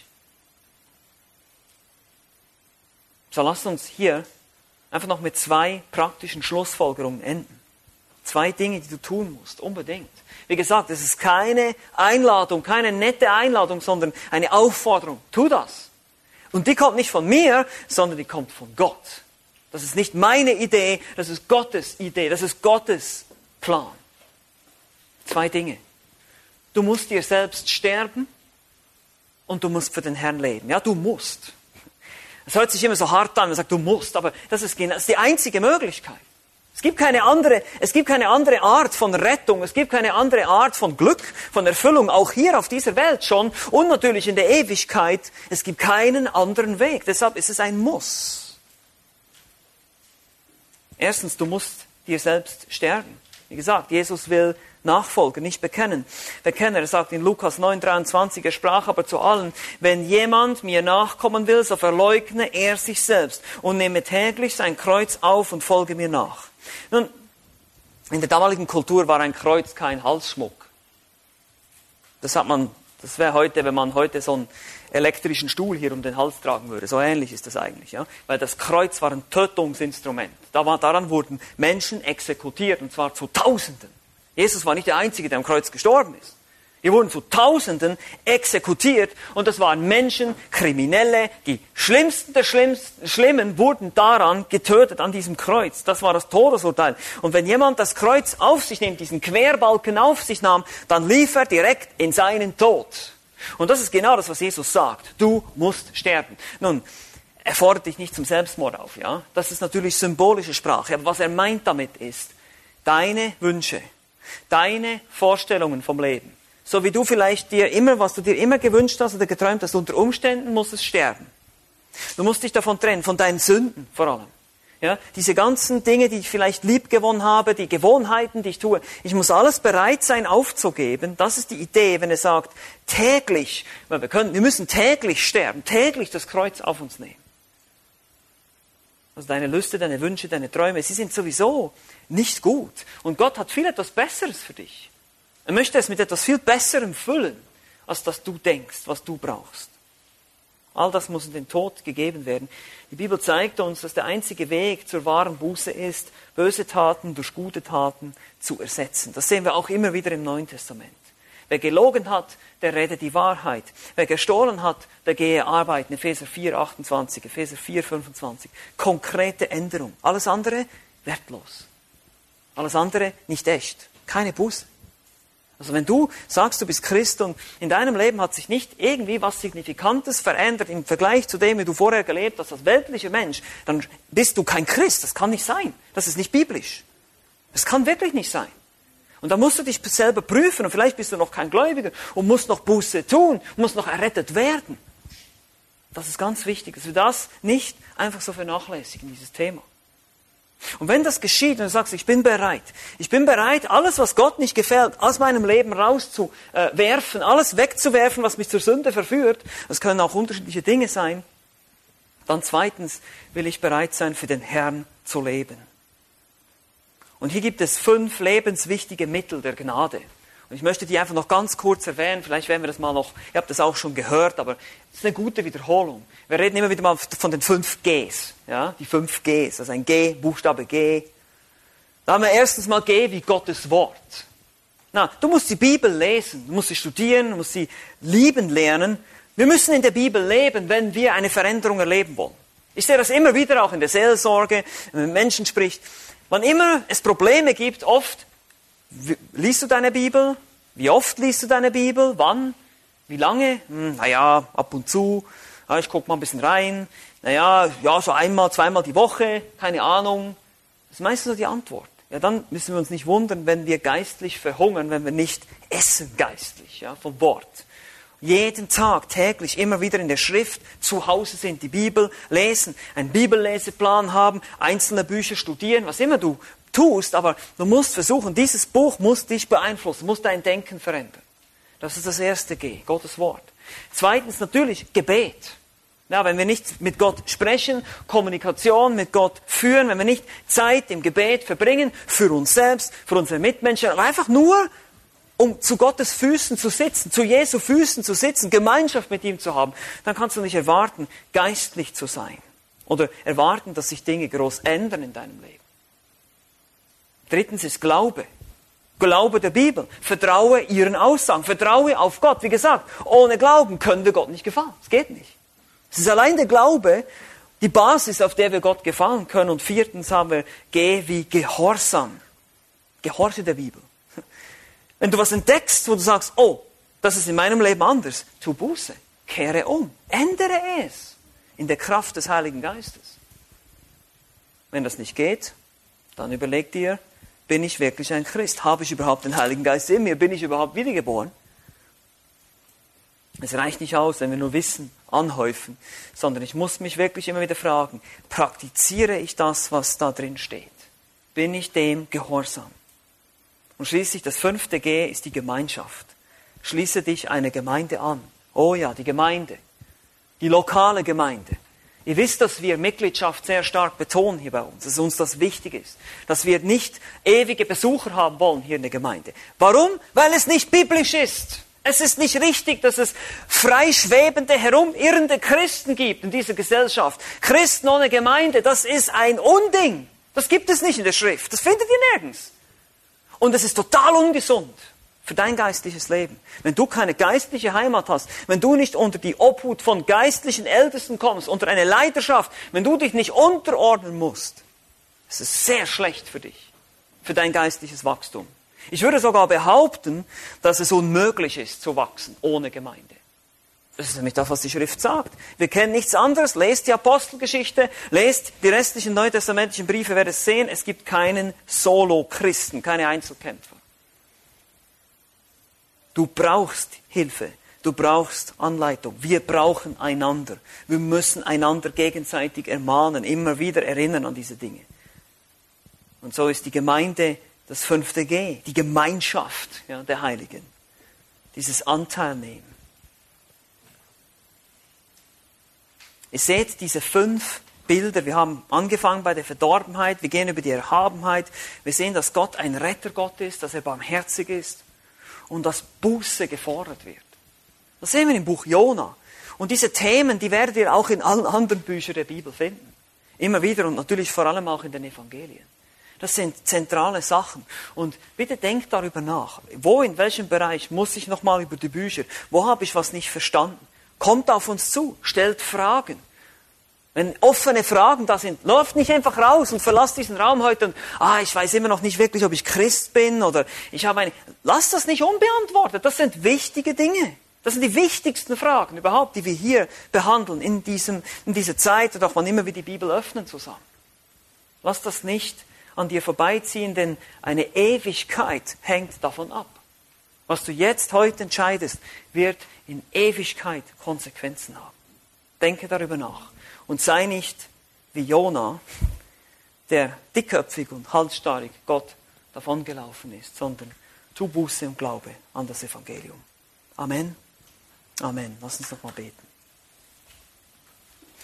So lasst uns hier einfach noch mit zwei praktischen Schlussfolgerungen enden. Zwei Dinge, die du tun musst, unbedingt. Wie gesagt, es ist keine Einladung, keine nette Einladung, sondern eine Aufforderung. Tu das. Und die kommt nicht von mir, sondern die kommt von Gott. Das ist nicht meine Idee, das ist Gottes Idee, das ist Gottes Plan. Zwei Dinge. Du musst dir selbst sterben und du musst für den Herrn leben. Ja, du musst. Das hört sich immer so hart an, man sagt, du musst, aber das ist, das ist die einzige Möglichkeit. Es gibt keine andere, es gibt keine andere Art von Rettung, es gibt keine andere Art von Glück, von Erfüllung, auch hier auf dieser Welt schon und natürlich in der Ewigkeit. Es gibt keinen anderen Weg. Deshalb ist es ein Muss. Erstens, du musst dir selbst sterben. Wie gesagt, Jesus will Nachfolger, nicht bekennen. Bekenner, er sagt in Lukas neun dreiundzwanzig, er sprach aber zu allen, wenn jemand mir nachkommen will, so verleugne er sich selbst und nehme täglich sein Kreuz auf und folge mir nach. Nun, in der damaligen Kultur war ein Kreuz kein Halsschmuck. Das hat man, das wäre heute, wenn man heute so einen elektrischen Stuhl hier um den Hals tragen würde. So ähnlich ist das eigentlich, ja. Weil das Kreuz war ein Tötungsinstrument. Da war, daran wurden Menschen exekutiert, und zwar zu Tausenden. Jesus war nicht der Einzige, der am Kreuz gestorben ist. Hier wurden zu Tausenden exekutiert und das waren Menschen, Kriminelle, die Schlimmsten der Schlimmsten, Schlimmen wurden daran getötet, an diesem Kreuz. Das war das Todesurteil. Und wenn jemand das Kreuz auf sich nimmt, diesen Querbalken auf sich nahm, dann lief er direkt in seinen Tod. Und das ist genau das, was Jesus sagt. Du musst sterben. Nun, er fordert dich nicht zum Selbstmord auf, ja? Das ist natürlich symbolische Sprache. Aber was er meint damit ist, deine Wünsche, deine Vorstellungen vom Leben, so wie du vielleicht dir immer, was du dir immer gewünscht hast oder geträumt hast, unter Umständen muss es sterben. Du musst dich davon trennen, von deinen Sünden vor allem. Ja, diese ganzen Dinge, die ich vielleicht lieb gewonnen habe, die Gewohnheiten, die ich tue, ich muss alles bereit sein aufzugeben. Das ist die Idee, wenn er sagt, täglich, weil wir können, wir müssen täglich sterben, täglich das Kreuz auf uns nehmen. Also deine Lüste, deine Wünsche, deine Träume, sie sind sowieso nicht gut. Und Gott hat viel etwas Besseres für dich. Er möchte es mit etwas viel Besserem füllen, als das du denkst, was du brauchst. All das muss in den Tod gegeben werden. Die Bibel zeigt uns, dass der einzige Weg zur wahren Buße ist, böse Taten durch gute Taten zu ersetzen. Das sehen wir auch immer wieder im Neuen Testament. Wer gelogen hat, der rede die Wahrheit. Wer gestohlen hat, der gehe arbeiten. Epheser vier achtundzwanzig, Epheser vier fünfundzwanzig. Konkrete Änderung. Alles andere wertlos. Alles andere nicht echt. Keine Buße. Also wenn du sagst, du bist Christ und in deinem Leben hat sich nicht irgendwie was Signifikantes verändert im Vergleich zu dem, wie du vorher gelebt hast als weltlicher Mensch, dann bist du kein Christ. Das kann nicht sein. Das ist nicht biblisch. Das kann wirklich nicht sein. Und da musst du dich selber prüfen und vielleicht bist du noch kein Gläubiger und musst noch Buße tun, musst noch errettet werden. Das ist ganz wichtig, dass wir das nicht einfach so vernachlässigen, dieses Thema. Und wenn das geschieht und du sagst, ich bin bereit, ich bin bereit, alles, was Gott nicht gefällt, aus meinem Leben rauszuwerfen, alles wegzuwerfen, was mich zur Sünde verführt, das können auch unterschiedliche Dinge sein, dann zweitens will ich bereit sein, für den Herrn zu leben. Und hier gibt es fünf lebenswichtige Mittel der Gnade. Und ich möchte die einfach noch ganz kurz erwähnen. Vielleicht werden wir das mal noch, ihr habt das auch schon gehört, aber es ist eine gute Wiederholung. Wir reden immer wieder mal von den fünf Gs. Ja? Die fünf Gs. Also ein G, Buchstabe G. Da haben wir erstens mal G wie Gottes Wort. Na, du musst die Bibel lesen, du musst sie studieren, du musst sie lieben lernen. Wir müssen in der Bibel leben, wenn wir eine Veränderung erleben wollen. Ich sehe das immer wieder auch in der Seelsorge, wenn man mit Menschen spricht. Wann immer es Probleme gibt, oft, liest du deine Bibel? Wie oft liest du deine Bibel? Wann? Wie lange? Hm, naja, ab und zu. Ja, ich gucke mal ein bisschen rein. Naja, ja, so einmal, zweimal die Woche. Keine Ahnung. Das ist meistens so die Antwort. Ja, dann müssen wir uns nicht wundern, wenn wir geistlich verhungern, wenn wir nicht essen geistlich, ja, vom Wort. Jeden Tag, täglich, immer wieder in der Schrift, zu Hause sind, die Bibel lesen, einen Bibelleseplan haben, einzelne Bücher studieren, was immer du tust, aber du musst versuchen, dieses Buch muss dich beeinflussen, muss dein Denken verändern. Das ist das erste G, Gottes Wort. Zweitens natürlich Gebet. Ja, wenn wir nicht mit Gott sprechen, Kommunikation mit Gott führen, wenn wir nicht Zeit im Gebet verbringen, für uns selbst, für unsere Mitmenschen, aber einfach nur, um zu Gottes Füßen zu sitzen, zu Jesu Füßen zu sitzen, Gemeinschaft mit ihm zu haben, dann kannst du nicht erwarten, geistlich zu sein. Oder erwarten, dass sich Dinge groß ändern in deinem Leben. Drittens ist Glaube. Glaube der Bibel. Vertraue ihren Aussagen. Vertraue auf Gott. Wie gesagt, ohne Glauben können wir Gott nicht gefallen. Es geht nicht. Es ist allein der Glaube, die Basis, auf der wir Gott gefallen können. Und viertens haben wir G wie Gehorsam. Gehorche der Bibel. Wenn du was entdeckst, wo du sagst, oh, das ist in meinem Leben anders, tu Buße, kehre um, ändere es in der Kraft des Heiligen Geistes. Wenn das nicht geht, dann überleg dir, bin ich wirklich ein Christ? Habe ich überhaupt den Heiligen Geist in mir? Bin ich überhaupt wiedergeboren? Es reicht nicht aus, wenn wir nur Wissen anhäufen, sondern ich muss mich wirklich immer wieder fragen, praktiziere ich das, was da drin steht? Bin ich dem gehorsam? Und schließlich das fünfte G ist die Gemeinschaft. Schließe dich einer Gemeinde an. Oh ja, die Gemeinde. Die lokale Gemeinde. Ihr wisst, dass wir Mitgliedschaft sehr stark betonen hier bei uns, dass uns das wichtig ist. Dass wir nicht ewige Besucher haben wollen hier in der Gemeinde. Warum? Weil es nicht biblisch ist. Es ist nicht richtig, dass es freischwebende, herumirrende Christen gibt in dieser Gesellschaft. Christen ohne Gemeinde, das ist ein Unding. Das gibt es nicht in der Schrift. Das findet ihr nirgends. Und es ist total ungesund für dein geistliches Leben. Wenn du keine geistliche Heimat hast, wenn du nicht unter die Obhut von geistlichen Ältesten kommst, unter eine Leiterschaft, wenn du dich nicht unterordnen musst, es ist sehr schlecht für dich, für dein geistliches Wachstum. Ich würde sogar behaupten, dass es unmöglich ist zu wachsen ohne Gemeinde. Das ist nämlich das, was die Schrift sagt. Wir kennen nichts anderes. Lest die Apostelgeschichte, lest die restlichen neutestamentlichen Briefe, werdet sehen, es gibt keinen Solo-Christen, keine Einzelkämpfer. Du brauchst Hilfe, du brauchst Anleitung. Wir brauchen einander. Wir müssen einander gegenseitig ermahnen, immer wieder erinnern an diese Dinge. Und so ist die Gemeinde das fünfte G, die Gemeinschaft, ja, der Heiligen. Dieses Anteilnehmen. Ihr seht diese fünf Bilder. Wir haben angefangen bei der Verdorbenheit. Wir gehen über die Erhabenheit. Wir sehen, dass Gott ein Rettergott ist, dass er barmherzig ist und dass Buße gefordert wird. Das sehen wir im Buch Jona. Und diese Themen, die werdet ihr auch in allen anderen Büchern der Bibel finden. Immer wieder und natürlich vor allem auch in den Evangelien. Das sind zentrale Sachen. Und bitte denkt darüber nach. Wo, in welchem Bereich muss ich nochmal über die Bücher? Wo habe ich was nicht verstanden? Kommt auf uns zu, stellt Fragen. Wenn offene Fragen da sind, läuft nicht einfach raus und verlasst diesen Raum heute und, ah, ich weiß immer noch nicht wirklich, ob ich Christ bin oder ich habe eine... Lasst das nicht unbeantwortet. Das sind wichtige Dinge. Das sind die wichtigsten Fragen überhaupt, die wir hier behandeln in, diesem, in dieser Zeit und auch wann immer wir die Bibel öffnen zusammen. Lasst das nicht an dir vorbeiziehen, denn eine Ewigkeit hängt davon ab. Was du jetzt heute entscheidest, wird in Ewigkeit Konsequenzen haben. Denke darüber nach und sei nicht wie Jona, der dickköpfig und halsstarrig Gott davongelaufen ist, sondern tu Buße und Glaube an das Evangelium. Amen. Amen. Lass uns noch mal beten.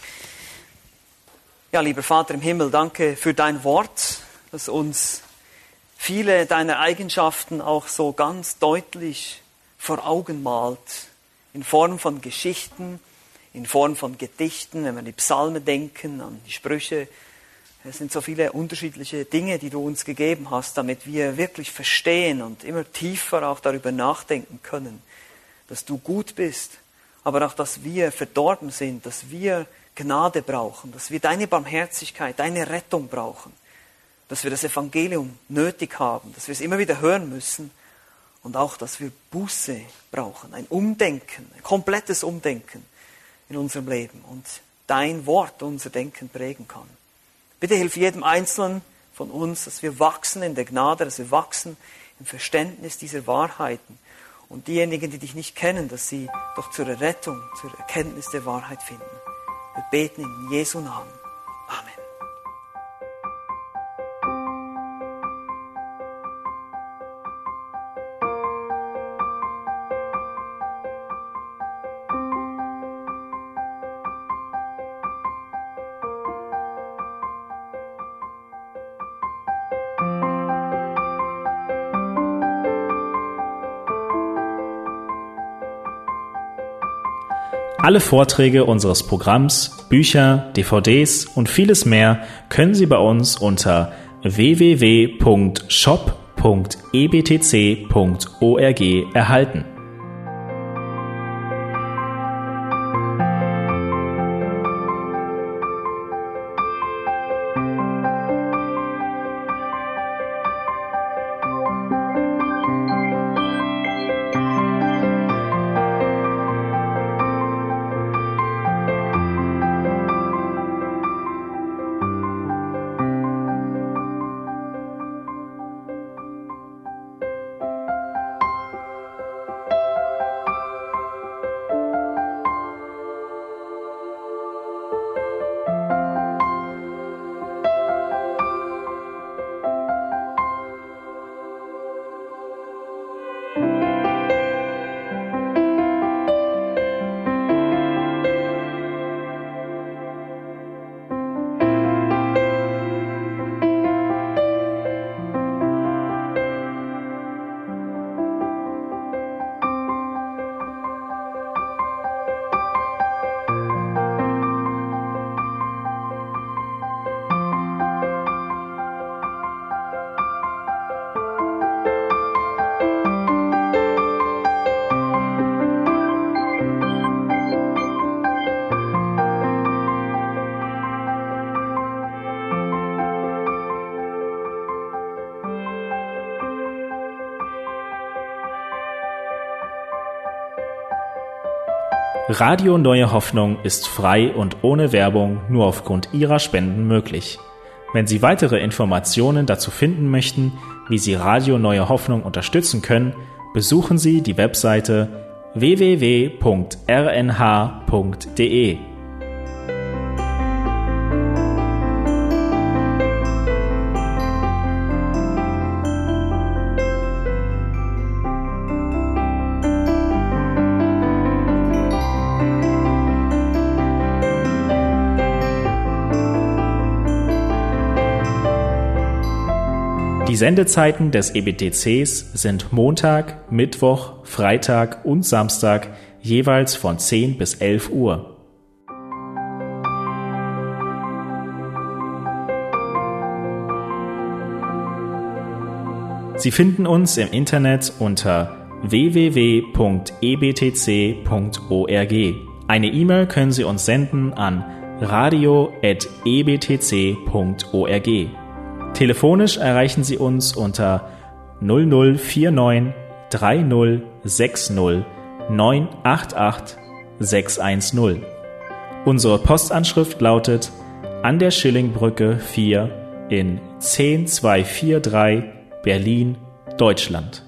Ja, lieber Vater im Himmel, danke für dein Wort, das uns viele deiner Eigenschaften auch so ganz deutlich vor Augen malt, in Form von Geschichten, in Form von Gedichten, wenn wir an die Psalmen denken, an die Sprüche. Es sind so viele unterschiedliche Dinge, die du uns gegeben hast, damit wir wirklich verstehen und immer tiefer auch darüber nachdenken können, dass du gut bist, aber auch, dass wir verdorben sind, dass wir Gnade brauchen, dass wir deine Barmherzigkeit, deine Rettung brauchen, dass wir das Evangelium nötig haben, dass wir es immer wieder hören müssen und auch, dass wir Buße brauchen, ein Umdenken, ein komplettes Umdenken in unserem Leben und dein Wort unser Denken prägen kann. Bitte hilf jedem Einzelnen von uns, dass wir wachsen in der Gnade, dass wir wachsen im Verständnis dieser Wahrheiten. Und diejenigen, die dich nicht kennen, dass sie doch zur Rettung, zur Erkenntnis der Wahrheit finden. Wir beten in Jesu Namen. Amen. Alle Vorträge unseres Programms, Bücher, D V Ds und vieles mehr können Sie bei uns unter w w w punkt shop punkt e b t c punkt org erhalten. Radio Neue Hoffnung ist frei und ohne Werbung nur aufgrund Ihrer Spenden möglich. Wenn Sie weitere Informationen dazu finden möchten, wie Sie Radio Neue Hoffnung unterstützen können, besuchen Sie die Webseite w w w punkt r n h punkt d e. Die Sendezeiten des E B T Cs sind Montag, Mittwoch, Freitag und Samstag jeweils von zehn bis elf Uhr. Sie finden uns im Internet unter w w w punkt e b t c punkt org. Eine E-Mail können Sie uns senden an radio at e b t c punkt org. Telefonisch erreichen Sie uns unter null null vier neun drei null sechs null neun acht acht sechs eins null. Unsere Postanschrift lautet an der Schillingbrücke vier in zehn zwei vier drei Berlin, Deutschland.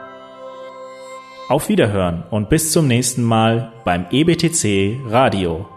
Auf Wiederhören und bis zum nächsten Mal beim E B T C Radio.